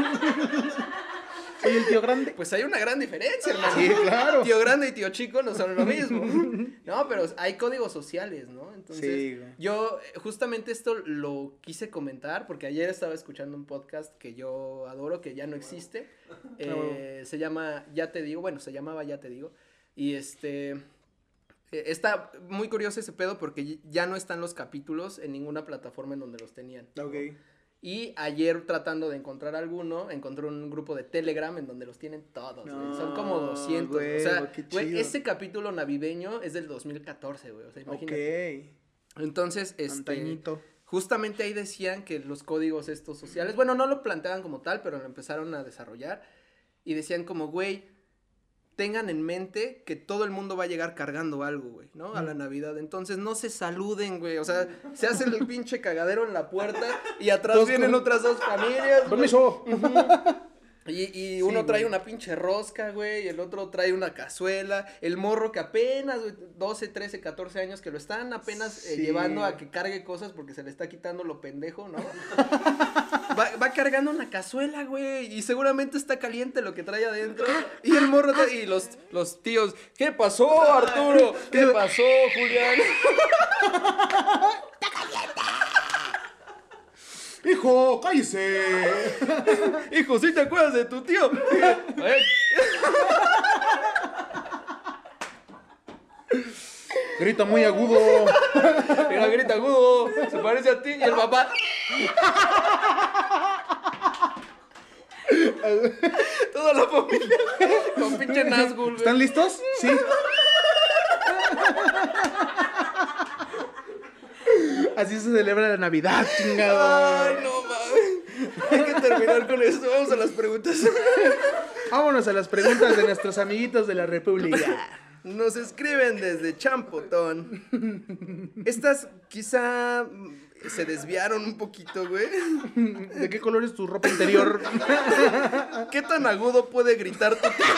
Soy el tío grande. Pues hay una gran diferencia, hermano. Sí, claro. Tío grande y tío chico no son lo mismo. No, pero hay códigos sociales, ¿no? Entonces, Sí, güey. yo justamente esto lo quise comentar porque ayer estaba escuchando un podcast que yo adoro, que ya no existe. Se llama Ya Te Digo, bueno, se llamaba Ya Te Digo. Y está muy curioso ese pedo porque ya no están los capítulos en ninguna plataforma en donde los tenían. ¿no? Ok. Y ayer tratando de encontrar alguno, encontré un grupo de Telegram en donde los tienen todos, güey. Son como 200. Güey, o sea, qué güey, chido. ese capítulo navideño es del 2014, güey. O sea, imagínate. Ok. Entonces, Antañito. justamente ahí decían que los códigos estos sociales, bueno, no lo planteaban como tal, pero lo empezaron a desarrollar. Y decían como, güey, tengan en mente que todo el mundo va a llegar cargando algo, güey, ¿no? A la Navidad. Entonces, no se saluden, güey. O sea, se hace el pinche cagadero en la puerta y atrás Todos vienen con- otras 2 familias, güey. Permiso. Y uno Sí, trae güey. una pinche rosca, güey, y el otro trae una cazuela, el morro que apenas, güey, 12, 13, 14 años, que lo están apenas Sí. llevando a que cargue cosas porque se le está quitando lo pendejo, ¿no? va cargando una cazuela, güey, y seguramente está caliente lo que trae adentro, y el morro, y los tíos, ¿qué pasó, Arturo? ¿Qué pasó, Julián? Hijo, cállese. Hijo, ¿sí te acuerdas de tu tío? Grita muy agudo. Mira, grita agudo, se parece a ti, y el papá. Toda la familia con pinche Nazgul, ¿Están güey. listos? Sí. Así se celebra la Navidad, chingado. Ay, no mames. Hay que terminar con esto. Vamos a las preguntas. Vámonos a las preguntas de nuestros amiguitos de la República. Nos escriben desde Champotón. Estas quizá se desviaron un poquito, güey. ¿De qué color es tu ropa interior? ¿Qué tan agudo puede gritar tu tío?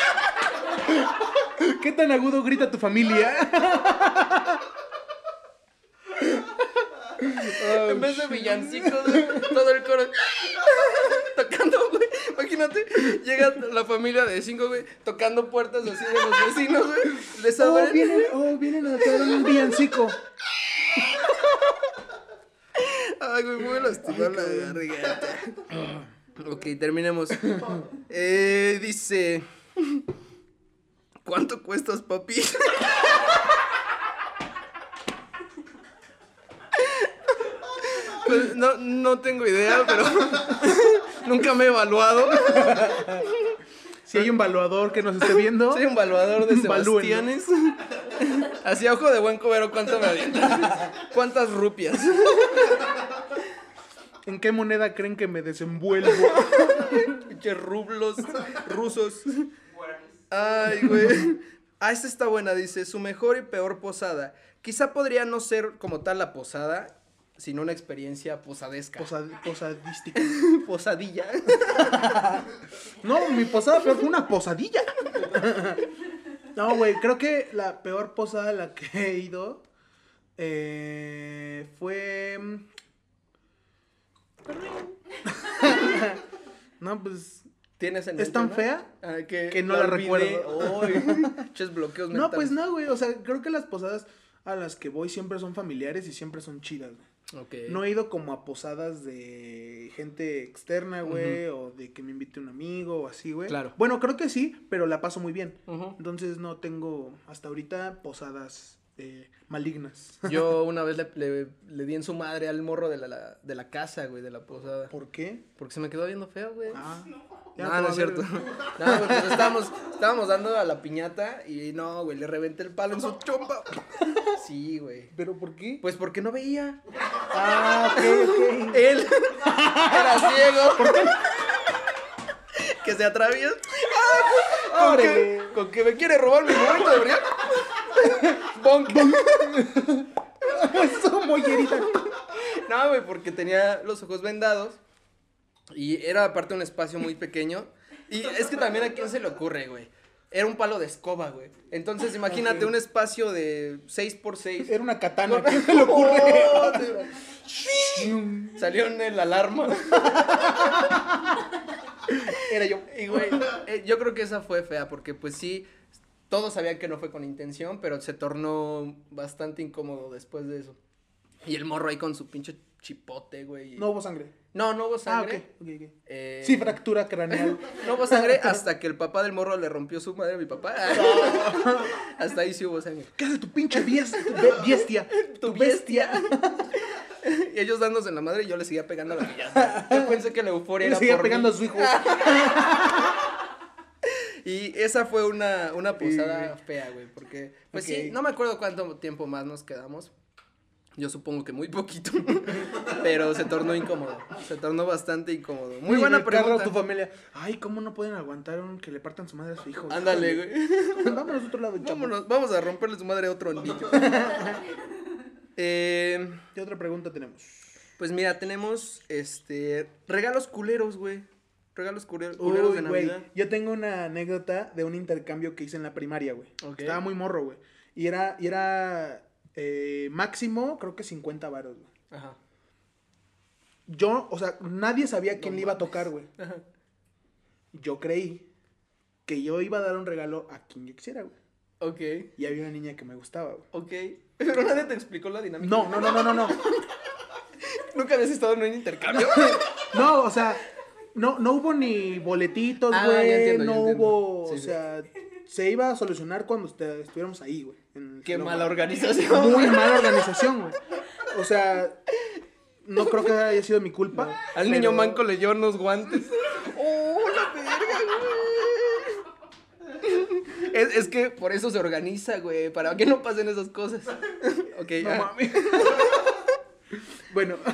¿Qué tan agudo grita tu familia? En vez de villancicos, todo el coro tocando, güey. Imagínate, llega la familia de 5, güey, tocando puertas así de los vecinos, güey. Les abren. Vienen a traer un villancico. Ay, güey, voy a lastimar la garganta. Ok, terminemos. Dice: ¿cuánto cuestas, papi? Pues no tengo idea, pero nunca me he evaluado. Si hay un valuador que nos esté viendo. Soy un valuador de Evalúenlo. Sebastianes. Hacia ojo de buen cubero, ¿cuánto me avientas? ¿Cuántas rupias? ¿En qué moneda creen que me desenvuelvo? Pinches rublos rusos. Ay, güey. Ah, esta está buena, dice, su mejor y peor posada. Quizá podría no ser como tal la posada, sino una experiencia posadesca. Posadística. Posadilla. No, mi posada fue una posadilla. No, güey, creo que la peor posada a la que he ido fue... No, pues ¿Tienes en ¿Es tan fea? Que no la recuerdo. Muchos bloqueos mentales. No, pues no, güey. O sea, creo que las posadas a las que voy siempre son familiares y siempre son chidas, güey. Okay. No he ido como a posadas de gente externa, güey, o de que me invite un amigo o así, güey. Claro. Bueno, creo que sí, pero la paso muy bien. Entonces no tengo hasta ahorita posadas malignas. Yo una vez le di en su madre al morro de la casa, güey, de la posada. ¿Por qué? Porque se me quedó viendo feo, güey. No es cierto. No, güey, pues estábamos dando a la piñata y no, güey, le reventé el palo en su chompa. Sí, güey. ¿Pero por qué? Pues porque no veía. Ok. Él era ciego. ¿Por qué? Que se atraviesa. Con que me quiere robar mi momento de brillar. Bonk. Eso, mollerita. No, güey, porque tenía los ojos vendados. Y era aparte un espacio muy pequeño. Y es que también a quién se le ocurre, güey. Era un palo de escoba, güey. Entonces, imagínate un espacio de 6x6. Era una katana. ¿Qué se le ocurre? Salió en el alarma. Era yo. Y, güey, yo creo que esa fue fea porque, pues sí, todos sabían que no fue con intención, pero se tornó bastante incómodo después de eso. Y el morro ahí con su pinche chipote, güey. No hubo sangre. No hubo sangre. Ok. Sí, fractura craneal. No hubo sangre hasta que el papá del morro le rompió su madre a mi papá. Hasta ahí sí hubo sangre. ¿Qué hace tu pinche bestia? Tu bestia. Y ellos dándose en la madre y yo le seguía pegando a la piñata. Yo pensé que la euforia era por mí. Le seguía pegando a su hijo. Y esa fue una posada fea, güey, porque, pues sí, no me acuerdo cuánto tiempo más nos quedamos. Yo supongo que muy poquito, pero se tornó incómodo, se tornó bastante incómodo. Muy buena pregunta. Tu familia, ay, ¿cómo no pueden aguantar que le partan su madre a su hijo? Ándale, güey. Vámonos a otro lado, Vámonos, vamos a romperle su madre a otro niño. ¿Qué otra pregunta tenemos? Pues mira, tenemos, regalos culeros, güey. Regalos culeros de Navidad. Güey, yo tengo una anécdota de un intercambio que hice en la primaria, güey. Okay. Estaba muy morro, güey. Y era máximo, creo que 50 varos, güey. Ajá. Yo, o sea, nadie sabía quién le iba a tocar, güey. Ajá. Yo creí que yo iba a dar un regalo a quien yo quisiera, güey. Ok. Y había una niña que me gustaba, güey. Ok. Pero nadie te explicó la dinámica. No. ¿Nunca habías estado en un intercambio? No, o sea, no hubo ni boletitos, güey. Ya entiendo, no hubo, sí, o sea, se iba a solucionar cuando estuviéramos ahí, güey. Qué mala organización. Muy mala organización, güey. O sea, no creo que haya sido mi culpa. Al niño manco le dio unos guantes. ¡Oh, la verga, güey! Es que por eso se organiza, güey. Para que no pasen esas cosas. Ok, no mames. Bueno,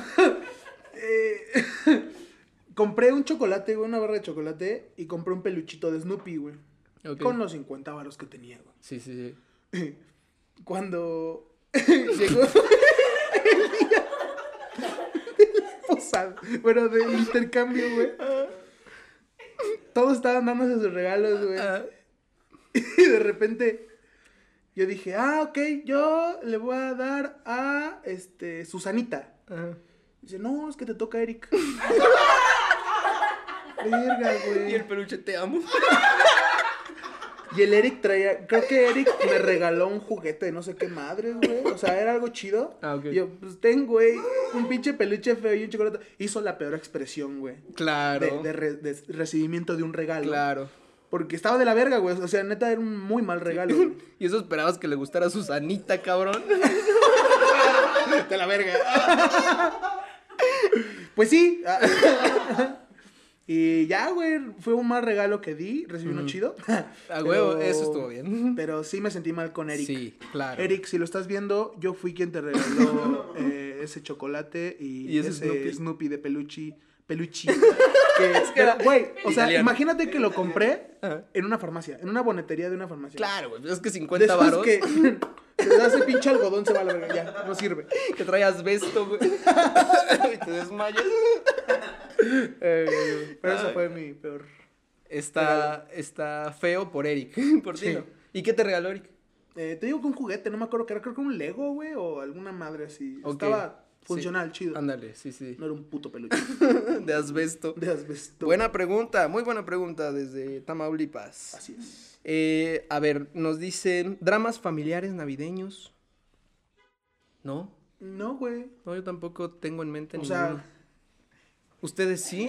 compré un chocolate, güey, una barra de chocolate. Y compré un peluchito de Snoopy, güey. Okay. Con los 50 varos que tenía, güey. Sí. Cuando llegó el día de la posada, bueno, del intercambio, güey. Todos estaban dándose sus regalos, güey. Y de repente yo dije, ok, yo le voy a dar a Susanita. Dice, no, es que te toca Eric. Verga, güey. Y el peluche, te amo. Y el Eric traía, creo que Eric me regaló un juguete de no sé qué madres, güey. O sea, era algo chido. Ok. Y yo, pues tengo, güey, un pinche peluche feo y un chocolate. Hizo la peor expresión, güey. Claro. De recibimiento de un regalo. Claro. Porque estaba de la verga, güey. O sea, neta, era un muy mal regalo, güey. ¿Y eso esperabas que le gustara a Susanita, cabrón? De la verga. Pues sí. Y ya, güey, fue un mal regalo que di, recibí uno chido. A huevo, eso estuvo bien. Pero sí me sentí mal con Eric. Sí, claro. Eric, si lo estás viendo, yo fui quien te regaló ese chocolate y ese Snoopy de peluchi. Güey, o sea, italiano. Imagínate que lo compré en una farmacia, en una bonetería de una farmacia. Claro, güey, es que 50 varos. Que te das el pinche algodón, se va a la verga, ya, no sirve. Que trae asbesto, güey. Y te desmayas. Pero eso fue mi peor. Está feo por Eric, por ti, Sí. ¿no? ¿Y qué te regaló Eric? Te digo que un juguete, no me acuerdo que era, creo que un Lego, güey, o alguna madre así. Ok. Funcional, chido. Ándale, sí, sí. No era un puto peluche. De asbesto. De asbesto. Buena pregunta, muy buena pregunta desde Tamaulipas. Así es. A ver, nos dicen, ¿dramas familiares navideños? ¿No? No, güey. No, yo tampoco tengo en mente O ninguno. sea, ¿Ustedes sí?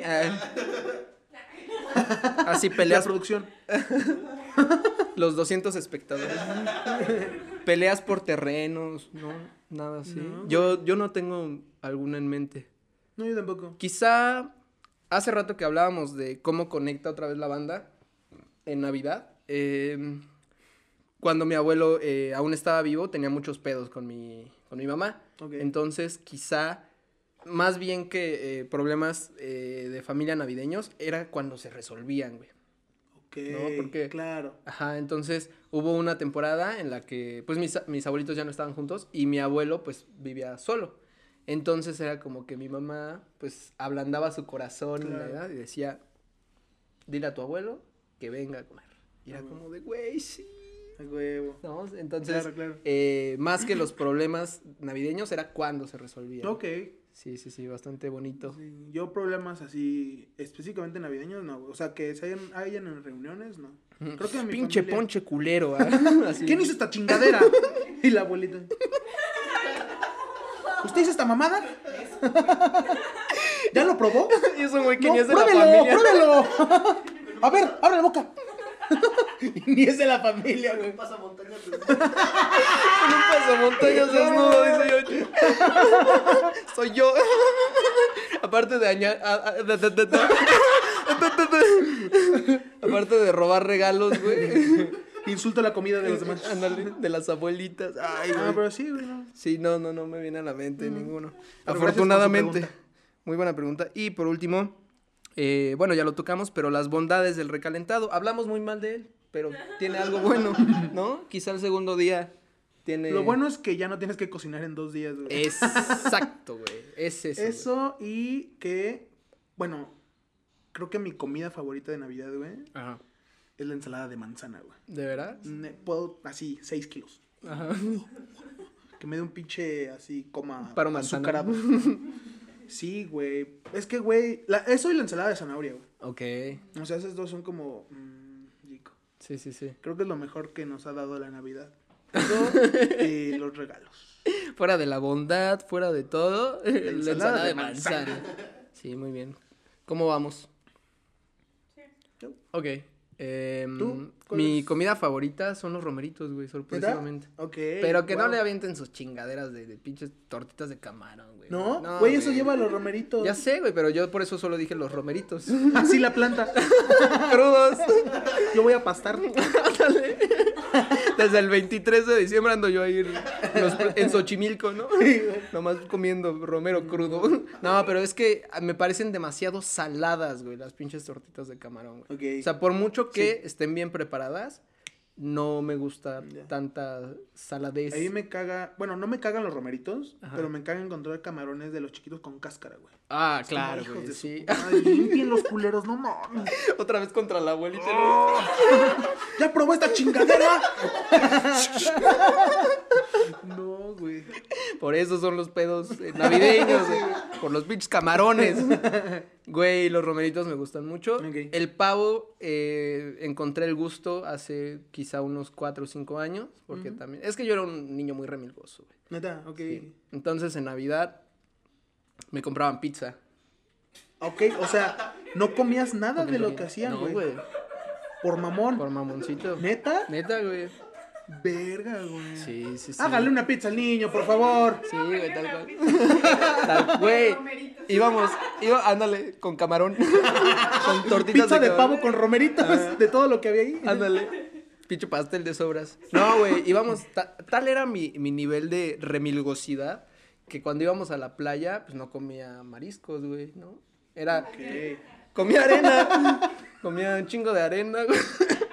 Así la peleas, producción. los 200 espectadores. Peleas por terrenos, no, nada así. No, Yo no tengo alguna en mente. No, yo tampoco. Quizá hace rato que hablábamos de cómo conecta otra vez la banda en Navidad. Cuando mi abuelo aún estaba vivo, tenía muchos pedos con mi mamá. Ok. Entonces, quizá, más bien que problemas de familia navideños, era cuando se resolvían, güey. Ok, No, porque- claro. Ajá, entonces hubo una temporada en la que, pues, mis abuelitos ya no estaban juntos y mi abuelo, pues, vivía solo. Entonces era como que mi mamá, pues, ablandaba su corazón en la Claro. edad y decía, dile a tu abuelo que venga a comer. Y era Ah, como de, güey, sí. A huevo. ¿No? Entonces, Claro, claro. más que los problemas navideños, era cuando se resolvían. Ok. Sí, sí, sí, bastante bonito. Sí, yo problemas así, específicamente navideños, no. O sea, que se hayan en reuniones, no. Creo que en mi Pinche familia- ponche culero, ¿ah? Así. ¿Quién hizo esta chingadera? Y la abuelita. ¿Usted hizo esta mamada? ¿Ya lo probó? Y eso, güey, que No, ni es de la pruébelo, familia. pruébelo. A ver, abre la boca. Ni es de la familia, güey. Con un pasamontañas desnudo, dice yo. Soy yo. Aparte de aparte de robar regalos, güey. Insulta la comida de los demás. Ándale, de las abuelitas. Ay, Ah, güey. pero sí, güey, no. Sí, no me viene a la mente ninguno. Pero gracias por su Afortunadamente. pregunta. Muy buena pregunta. Y por último, bueno, ya lo tocamos, pero las bondades del recalentado. Hablamos muy mal de él, pero tiene algo bueno, ¿no? Quizá el segundo día tiene... Lo bueno es que ya no tienes que cocinar en 2 días, güey. Exacto, güey. Es eso. güey. Eso y que, bueno, creo que mi comida favorita de Navidad, güey, Ajá. es la ensalada de manzana, güey. ¿De verdad? Puedo, así, 6 kilos. Ajá. Que me dé un pinche, así, coma Paro manzana. azucarado. Sí, güey. Es que, güey, eso y la ensalada de zanahoria, güey. Ok. O sea, esos dos son como, rico. Sí, sí, sí. Creo que es lo mejor que nos ha dado la Navidad. Eso y los regalos. Fuera de la bondad, fuera de todo, la ensalada ensalada de de manzana. Sí, muy bien. ¿Cómo vamos? Yo. Ok. ¿Tú? ¿Cuál Mi es? comida favorita son los romeritos, güey, sorpresivamente. Ok. Pero que no wow. le avienten sus chingaderas de pinches tortitas de camarón, güey. ¿No? Güey, eso lleva a los romeritos. Ya sé, güey, pero yo por eso solo dije los romeritos. Así la planta. Crudos. Yo voy a pastar. Ándale. Desde el 23 de diciembre ando yo ahí en Xochimilco, ¿no? Nomás comiendo romero crudo. No, pero es que me parecen demasiado saladas, güey, las pinches tortitas de camarón, güey. Ok. O sea, por mucho que estén bien preparadas, no me gusta Ya. tanta saladez. A mí me caga, bueno, no me cagan los romeritos, Ajá. pero me caga encontrar camarones de los chiquitos con cáscara, güey. Ah, Es como, claro, hijos güey, de su sí. puta madre, limpien los culeros, no mames. Otra vez contra la abuelita. ¿Ya probó esta chingadera? No, güey. Por eso son los pedos navideños, güey. Por los pinches camarones. Güey, los romeritos me gustan mucho. Ok. El pavo, encontré el gusto hace quizá unos 4 o 5 años. Porque también. Es que yo era un niño muy remilgoso, güey. Neta, ok. Sí. Entonces en Navidad me compraban pizza. Ok, o sea, no comías nada Porque de no- lo que hacían, No, güey. güey. Por mamón. Por mamoncito. ¿Neta? Neta, güey. Verga, güey. Sí, sí, sí. Hágale una pizza al niño, por favor. Sí, güey, tal cual. Güey, ándale, con camarón. Con tortitas Pizza de camarón. pavo con romeritos, de todo lo que había ahí. Ándale. Pinche pastel de sobras. No, güey, íbamos, tal era mi nivel de remilgosidad que cuando íbamos a la playa, pues no comía mariscos, güey, ¿no? Era, Ok. comía arena, comía un chingo de arena, güey.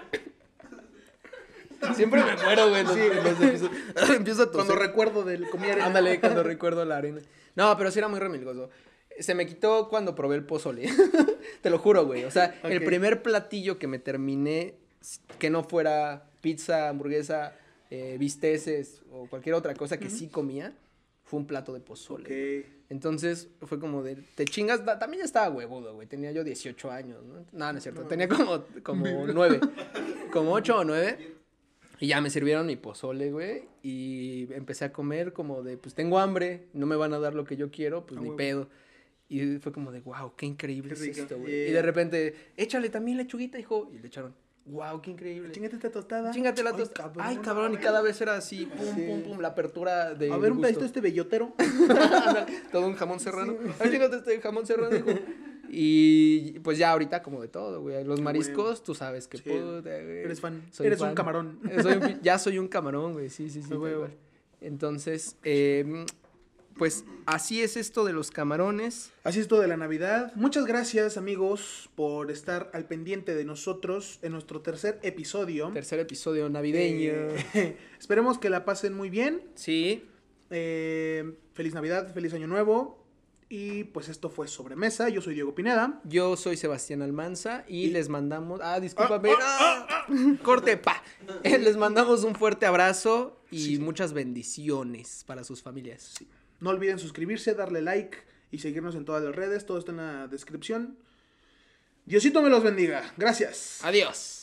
Siempre me muero, güey, en los episodios. Empiezo a toser. Cuando recuerdo del comer. Ándale, cuando recuerdo la arena. No, pero sí era muy remilgoso. Se me quitó cuando probé el pozole. Te lo juro, güey. O sea, el Ok. primer platillo que me terminé, que no fuera pizza, hamburguesa, bisteces o cualquier otra cosa que sí comía, fue un plato de pozole. Ok. Entonces fue como de, te chingas, también ya estaba huevudo, güey, tenía yo 18 años, ¿no? No, no es cierto, tenía como 9, como 8 o 9, y ya me sirvieron mi pozole, güey, y empecé a comer como de, pues tengo hambre, no me van a dar lo que yo quiero, pues ni huevo. pedo. Y fue como de, wow, qué increíble Qué es rico. esto, güey. Yeah. Y de repente, échale también lechuguita, hijo, y le echaron, wow, qué increíble. Chíngate esta tostada. Chíngate la Ay, tostada. Ay, cabrón, y cada vez era así, pum, Sí. pum, pum, la apertura de A ver, un gusto. pedacito de este bellotero. Todo un jamón serrano. Ay, chíngate este jamón serrano, hijo. Y pues ya ahorita como de todo, güey. Los mariscos, tú sabes que Sí. puta, güey. Eres fan. Soy Eres fan. un camarón. Ya soy un camarón, güey. Sí, sí, sí. A tal huevo. cual. Entonces, pues así es esto de los camarones. Así es todo de la Navidad. Muchas gracias, amigos, por estar al pendiente de nosotros en nuestro tercer episodio. Tercer episodio navideño. Esperemos que la pasen muy bien. Sí. Feliz Navidad, feliz Año Nuevo. Y pues esto fue Sobremesa. Yo soy Diego Pineda. Yo soy Sebastián Almanza y les mandamos... discúlpame. Corte, pa. Les mandamos un fuerte abrazo y Sí. muchas bendiciones para sus familias. Sí. No olviden suscribirse, darle like y seguirnos en todas las redes. Todo está en la descripción. Diosito me los bendiga. Gracias. Adiós.